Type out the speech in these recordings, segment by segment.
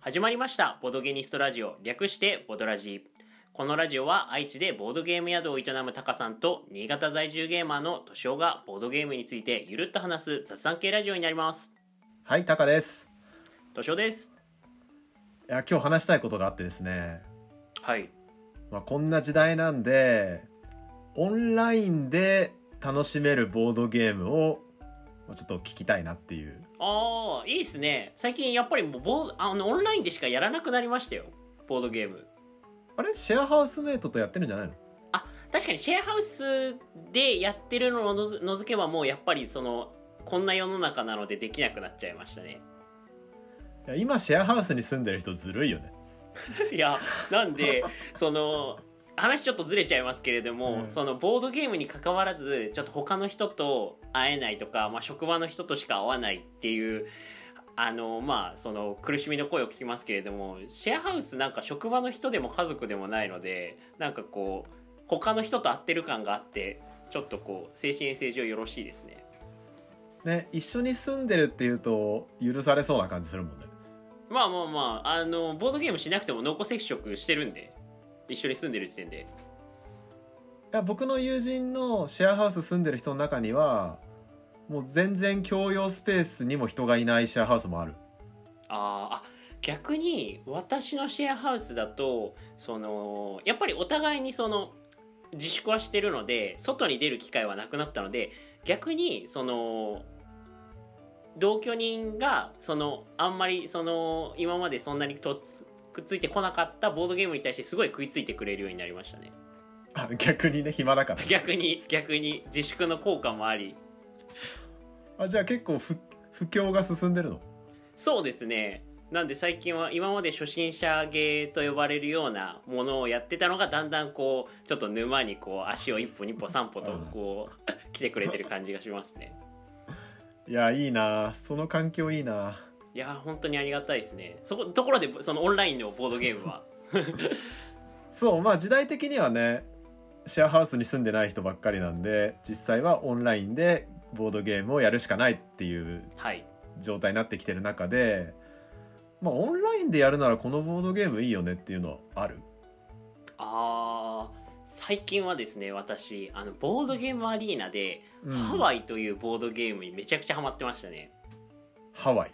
始まりましたボドゲニストラジオ、略してボドラジ。このラジオは愛知でボードゲーム宿を営むタカさんと新潟在住ゲーマーのトシオがボードゲームについてゆるっと話す雑談系ラジオになります。 はい、タカです。 トシオです。 いや、今日話したいことがあってですね。 はい。 こんな時代なんでオンラインで楽しめるボードゲームをちょっと聞きたいなっていう。 ああ、いいっすね。最近やっぱりもうオンラインでしかやらなくなりましたよ、ボードゲーム。 あれ、シェアハウスメイトとやってるんじゃないの？ あ、確かにシェアハウスでやってるのを除けばもうやっぱりこんな世の中なのでできなくなっちゃいましたね。 いや、今シェアハウスに住んでる人ずるいよね。 いや、なんで話ちょっとずれちゃいますけれども、ボードゲームに関わらずちょっと他の人と会えないとか、職場の人としか会わないっていう苦しみの声を聞きますけれども、シェアハウスなんか職場の人でも家族でもないので、なんかこう他の人と会ってる感があって、ちょっとこう精神衛生上よろしいですね。 ね、一緒に住んでるっていうと許されそうな感じするもんね。 ボードゲームしなくても濃厚接触してるんで、一緒に住んでる時点で。 いや、僕の友人のシェアハウス住んでる人の中にはもう全然共用スペースにも人がいないシェアハウスもある。 逆に私のシェアハウスだとやっぱりお互いに自粛はしてるので外に出る機会はなくなったので、逆に同居人があんまり今までそんなにくっついてこなかったボードゲームに対してすごい食いついてくれるようになりましたね。 逆にね、暇だから逆に自粛の効果もあり。 じゃあ結構不況が進んでるの？ そうですね。なんで最近は今まで初心者ゲーと呼ばれるようなものをやってたのが、だんだんこうちょっと沼にこう足を一歩二歩三歩とこう来てくれてる感じがしますね。 いや、いいな、その環境いいな。 いや、本当にありがたいですね。ところでオンラインのボードゲームはそう、時代的にはね、シェアハウスに住んでない人ばっかりなんで、実際はオンラインでボードゲームをやるしかないっていう状態になってきてる中で、オンラインでやるならこのボードゲームいいよねっていうのはある？ 最近はですね、私ボードゲームアリーナで、ハワイというボードゲームにめちゃくちゃハマってましたね。 ハワイ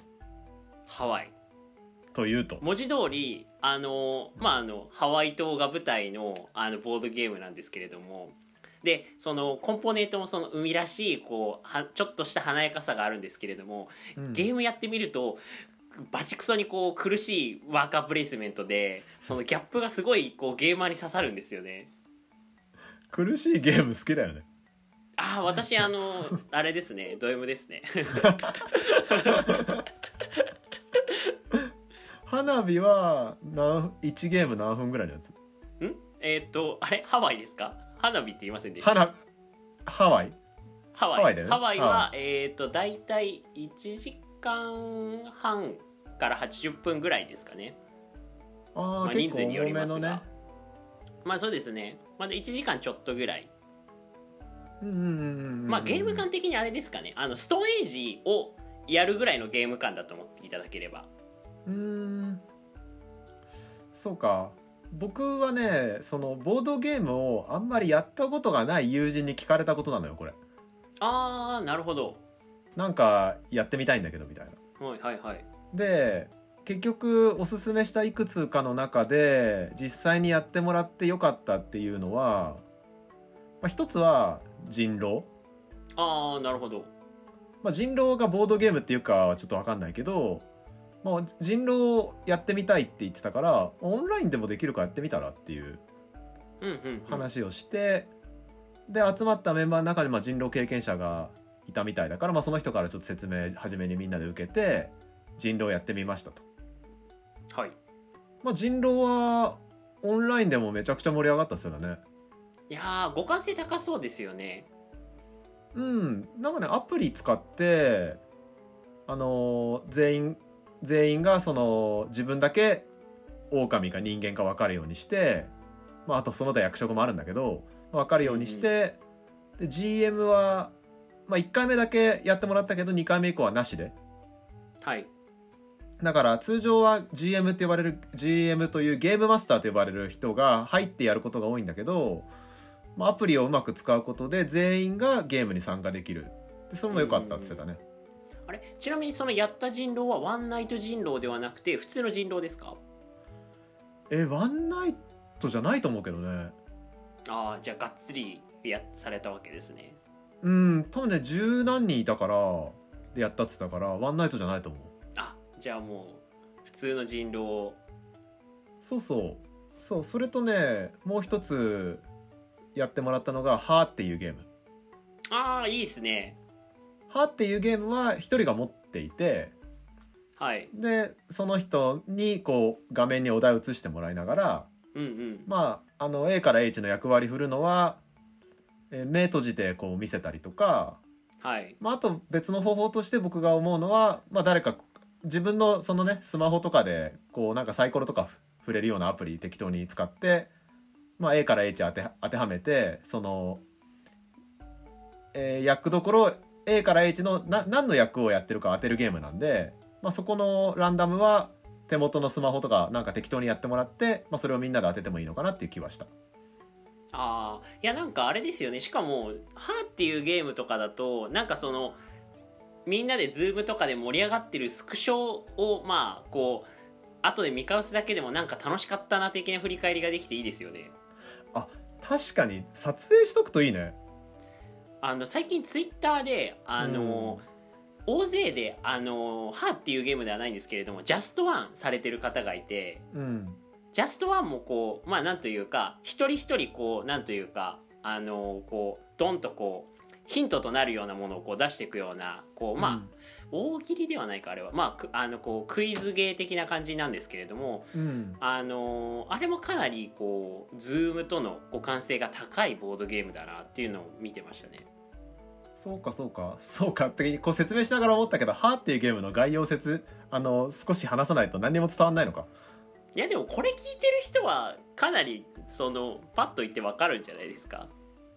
というと文字通りハワイ島が舞台のボードゲームなんですけれども、でコンポーネントも海らしいちょっとした華やかさがあるんですけれども、ゲームやってみるとバチクソに苦しいワーカープレイスメントで、ギャップがすごいゲーマーに刺さるんですよね。 苦しいゲーム好きだよね。 私あれですね、ド M ですね花火は1ゲーム何分ぐらいのやつ？ あれ、ハワイですか？花火って言いませんでした？ ハワイだよね。 ハワイはだいたい1時間半から80分ぐらいですかね。人数によりますが、そうですね。1時間ちょっとぐらい。ゲーム感的にあれですかね、ストーンエイジをやるぐらいのゲーム感だと思っていただければ。 そうか。僕はね、ボードゲームをあんまりやったことがない友人に聞かれたことなのよ、これ。 なるほど。 なんかやってみたいんだけどみたいな。 はい。 で、結局おすすめしたいくつかの中で実際にやってもらってよかったっていうのは、一つは人狼。 なるほど。 人狼がボードゲームっていうかはちょっと分かんないけど、人狼をやってみたいって言ってたから、オンラインでもできるかやってみたらっていう話をして、で集まったメンバーの中に人狼経験者がいたみたいだから、その人からちょっと説明初めにみんなで受けて人狼やってみましたと。 はい。 人狼はオンラインでもめちゃくちゃ盛り上がったっすよね。 いやー、互換性高そうですよね。 なんかね、アプリ使って全員が自分だけ狼か人間か分かるようにして、あとその他役職もあるんだけど分かるようにして、で GM は、1回目だけやってもらったけど2回目以降はなしでだから通常は GM って呼ばれる GM というゲームマスターと呼ばれる人が入ってやることが多いんだけど、アプリをうまく使うことで全員がゲームに参加できる。でそれも良かったって言ってたね。 あれ、ちなみにそのやった人狼はワンナイト人狼ではなくて普通の人狼ですか？ ワンナイトじゃないと思うけどね。 ああ、じゃあがっつりされたわけですね。 多分ね十何人いたからでやったって言ってたからワンナイトじゃないと思う。 あ、じゃあもう普通の人狼を。 そうそれとねもう一つやってもらったのがハーっていうゲーム。 ああ、いいですね。 ハーっていうゲームは一人が持っていて、 はい、 でその人にこう画面にお題を移してもらいながら、A から H の役割振るのは、目閉じてこう見せたりとか、 はい、 あと別の方法として僕が思うのは、誰か自分のそのねスマホとかでこうなんかサイコロとか触れるようなアプリ適当に使って、A から H 当てはめてその、役どころ A から H の何の役をやってるか当てるゲームなんで、そこのランダムは手元のスマホとかなんか適当にやってもらって、それをみんなで当ててもいいのかなっていう気はした。 ああ、いやなんかあれですよね。しかも「はー」っていうゲームとかだとなんかそのみんなでズームとかで盛り上がってるスクショをこう後で見返すだけでもなんか楽しかったな的な振り返りができていいですよね。 あ、確かに撮影しとくといいね。 最近ツイッターで大勢ではーっていうゲームではないんですけれどもジャストワンされてる方がいて、ジャストワンもこうなんというか一人一人こうなんというかこうドンとこうヒントとなるようなものをこう出していくようなこう大喜利ではないかあれはこうクイズゲー的な感じなんですけれども、あれもかなりこうズームとの互換性が高いボードゲームだなっていうのを見てましたね。 そうかってこう説明しながら思ったけど、はーっていうゲームの概要少し話さないと何にも伝わんないのか。 いやでもこれ聞いてる人はかなりパッと言ってわかるんじゃないですか。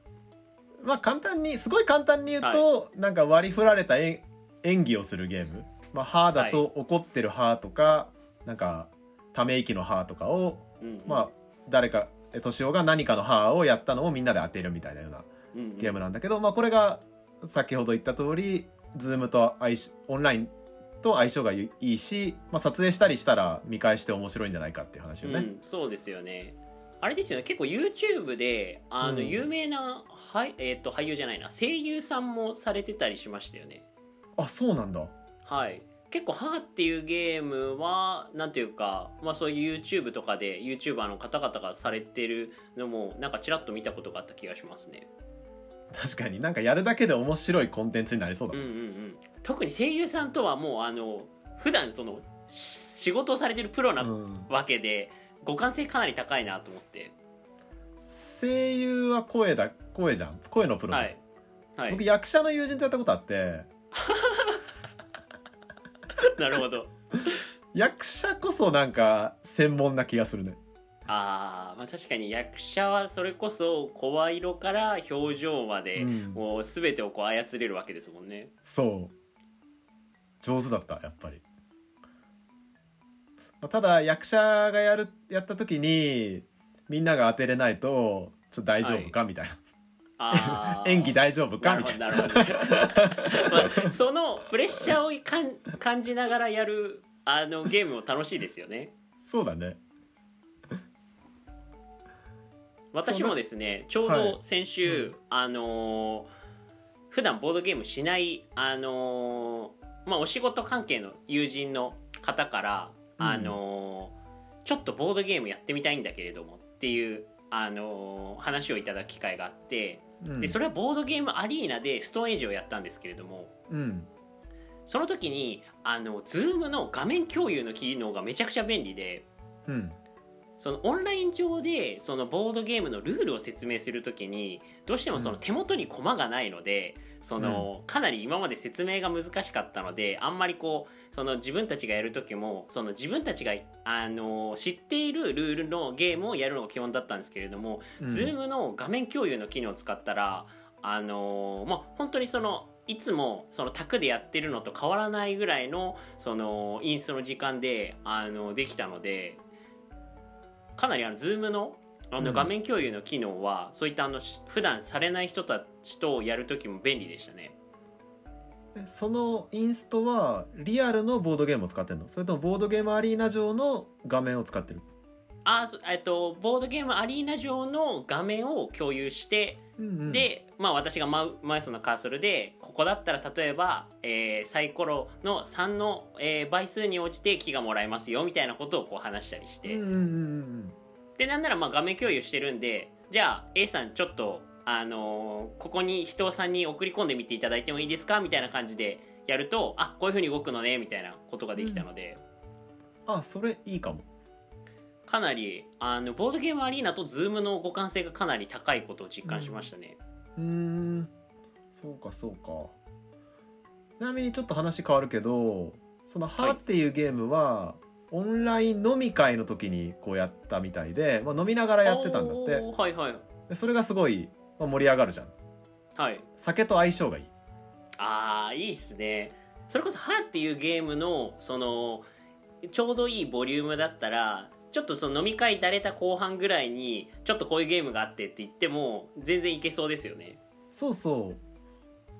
すごい簡単に言うと、なんか割り振られた演技をするゲーム。はーだと怒ってるはーとか、なんかため息のはーとかを、誰か敏夫が何かのはーをやったのをみんなで当てるみたいなようなゲームなんだけど、これが先ほど言った通りズームとオンラインと相性がいいし、撮影したりしたら見返して面白いんじゃないかっていう話よね。 そうですよね。あれですよね、結構 YouTube で有名な、俳優じゃないな声優さんもされてたりしましたよね。 あ、そうなんだ。 はい、結構「はー」っていうゲームはなんていうか、そういう YouTube とかで YouTuber の方々がされてるのもなんかちらっと見たことがあった気がしますね。 確かになんかやるだけで面白いコンテンツになりそうだ、 特に声優さんとはもう普段その仕事をされてるプロなわけで、互換性かなり高いなと思って。 声優は声じゃん、声のプロじゃん、僕役者の友人とやったことあってなるほど役者こそなんか専門な気がするね。 確かに役者はそれこそ声色から表情まで、もう全てをこう操れるわけですもんね。 そう上手だったやっぱり。ただ役者がやった時にみんなが当てれないとちょっと大丈夫か、みたいな演技大丈夫かみたいな。 そのプレッシャーを感じながらやるゲームも楽しいですよね。 そうだね。 私もですねちょうど先週、普段ボードゲームしないお仕事関係の友人の方からちょっとボードゲームやってみたいんだけれどもっていう話をいただく機会があって、でそれはボードゲームアリーナでストーンエイジをやったんですけれども、その時にZoom の画面共有の機能がめちゃくちゃ便利で、そのオンライン上でそのボードゲームのルールを説明するときにどうしてもその手元にコマがないので、かなり今まで説明が難しかったので、あんまりこうその自分たちがやる時もその自分たちが知っているルールのゲームをやるのが基本だったんですけれども、Zoom の画面共有の機能を使ったら本当にそのいつもその卓でやってるのと変わらないぐらいのそのインストの時間でできたので、かなりZoomの画面共有の機能はそういった普段されない人たちとやるときも便利でしたね。 そのインストはリアルのボードゲームを使ってるの？それともボードゲームアリーナ上の画面を使ってる？ ボードゲームアリーナ上の画面を共有して、で、私がマウスのカーソルでここだったら例えば、サイコロの3の、倍数に応じて木がもらえますよみたいなことをこう話したりして、でなんなら画面共有してるんで、じゃあ A さんちょっとここに人を3人送り込んでみていただいてもいいですかみたいな感じでやると、こういう風に動くのねみたいなことができたので、 それいいかも。 かなりボードゲームアリーナと Zoom の互換性がかなり高いことを実感しましたね。 そうかそうか。ちなみにちょっと話変わるけど、その「は」っていうゲームは、オンライン飲み会の時にこうやったみたいで、飲みながらやってたんだって。でそれがすごい、盛り上がるじゃん。酒と相性がいい。 いいっすね。それこそ「は」っていうゲームのそのちょうどいいボリュームだったら、ちょっとその飲み会だれた後半ぐらいにちょっとこういうゲームがあってって言っても全然いけそうですよね。 そうそう。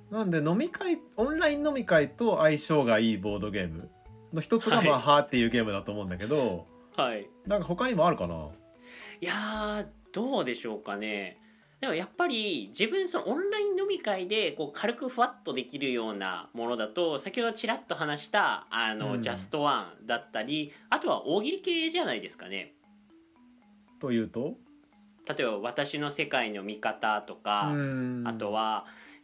なんでオンライン飲み会と相性がいいボードゲームの一つがはっていうゲームだと思うんだけど、なんか他にもあるかな？ いやどうでしょうかね。でもやっぱり自分そのオンライン飲み会でこう軽くふわっとできるようなものだと、先ほどちらっと話したジャストワンだったり、あとは大喜利系じゃないですかね。 というと、 例えば私の世界の見方とか、あとは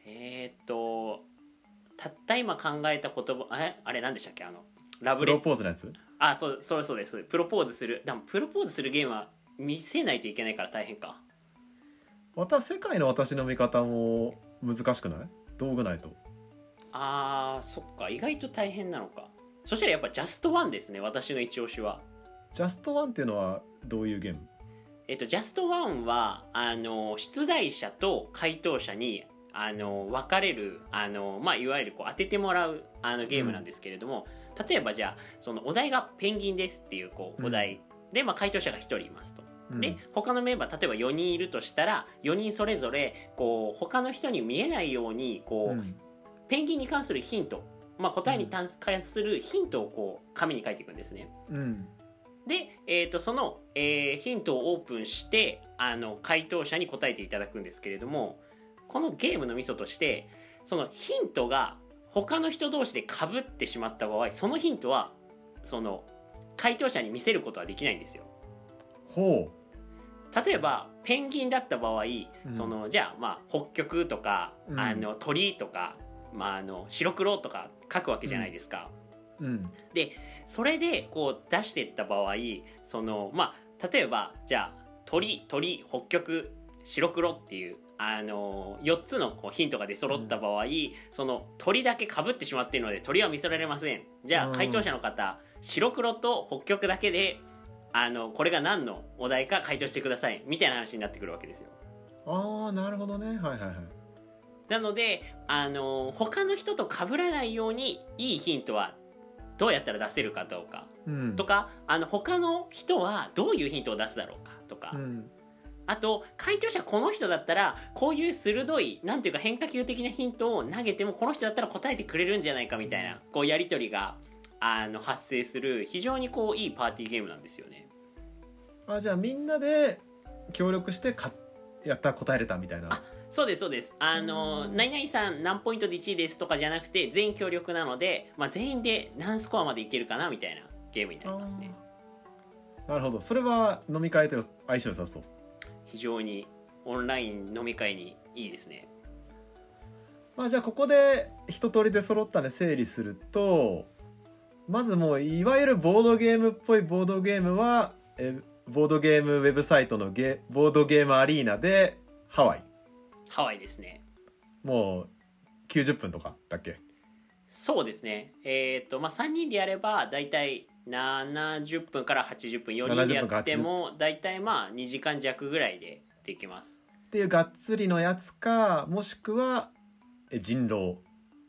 たった今考えた言葉、あれ何でしたっけ、ラブレプロポーズのやつ。 そうです。プロポーズする。でもプロポーズするゲームは見せないといけないから大変か。 世界の私の見方も難しくない？道具ないと。 そっか、意外と大変なのか。そしたらやっぱジャストワンですね、私の一押しは。 ジャストワンっていうのはどういうゲーム？ ジャストワンは出題者と回答者に分かれるいわゆるこう当ててもらうゲームなんですけれども、例えばじゃあそのお題がペンギンですっていうお題で、回答者が1人いますと。で他のメンバー例えば4人いるとしたら、4人それぞれこう他の人に見えないようにこう、ペンギンに関するヒント、答えに関するヒントをこう紙に書いていくんですね。で、その、ヒントをオープンして回答者に答えていただくんですけれども、このゲームのミソとして、そのヒントが他の人同士で被ってしまった場合、そのヒントはその回答者に見せることはできないんですよ。例えばペンギンだった場合、じゃあ北極とか、鳥とか、白黒とか書くわけじゃないですか。でそれでこう出していった場合、例えばじゃあ鳥、北極、白黒っていう4つのこうヒントが出揃った場合、その鳥だけ被ってしまっているので鳥は見せられません。じゃあ回答者の方、白黒と北極だけでこれが何のお題か回答してくださいみたいな話になってくるわけですよ。 なるほどね。 なので他の人と被らないようにいいヒントはどうやったら出せるかどうか、とか他の人はどういうヒントを出すだろうかとか、あと回答者この人だったらこういう鋭いなんていうか変化球的なヒントを投げてもこの人だったら答えてくれるんじゃないかみたいなこうやり取りが発生する非常にこういいパーティーゲームなんですよね。 じゃあみんなで協力してやったら答えれたみたいな。 そうです。何々さん何ポイントで1位ですとかじゃなくて全員協力なので、全員で何スコアまでいけるかなみたいなゲームになりますね。 なるほど。それは飲み会と相性良さそう。 非常にオンライン飲み会にいいですね。 じゃあここで一通りで揃ったね整理すると、まずもういわゆるボードゲームっぽいボードゲームはボードゲームウェブサイトのボードゲームアリーナでハワイですね。もう90分とかだっけ？ そうですね。3人でやればだいたい70分から80分、4人でやってもだいたい2時間弱ぐらいでできますっていうがっつりのやつか、もしくは人狼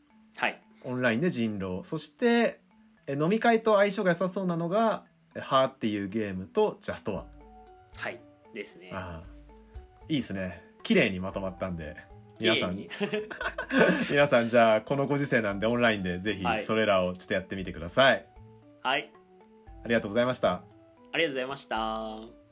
オンラインで人狼、そして飲み会と相性が良さそうなのがハーっていうゲームとジャストワン。 はいですね。 いいですね。綺麗にまとまったんで皆さん皆さんじゃあこのご時世なんでオンラインでぜひそれらをちょっとやってみてください。 はい、 ありがとうございました。 ありがとうございました。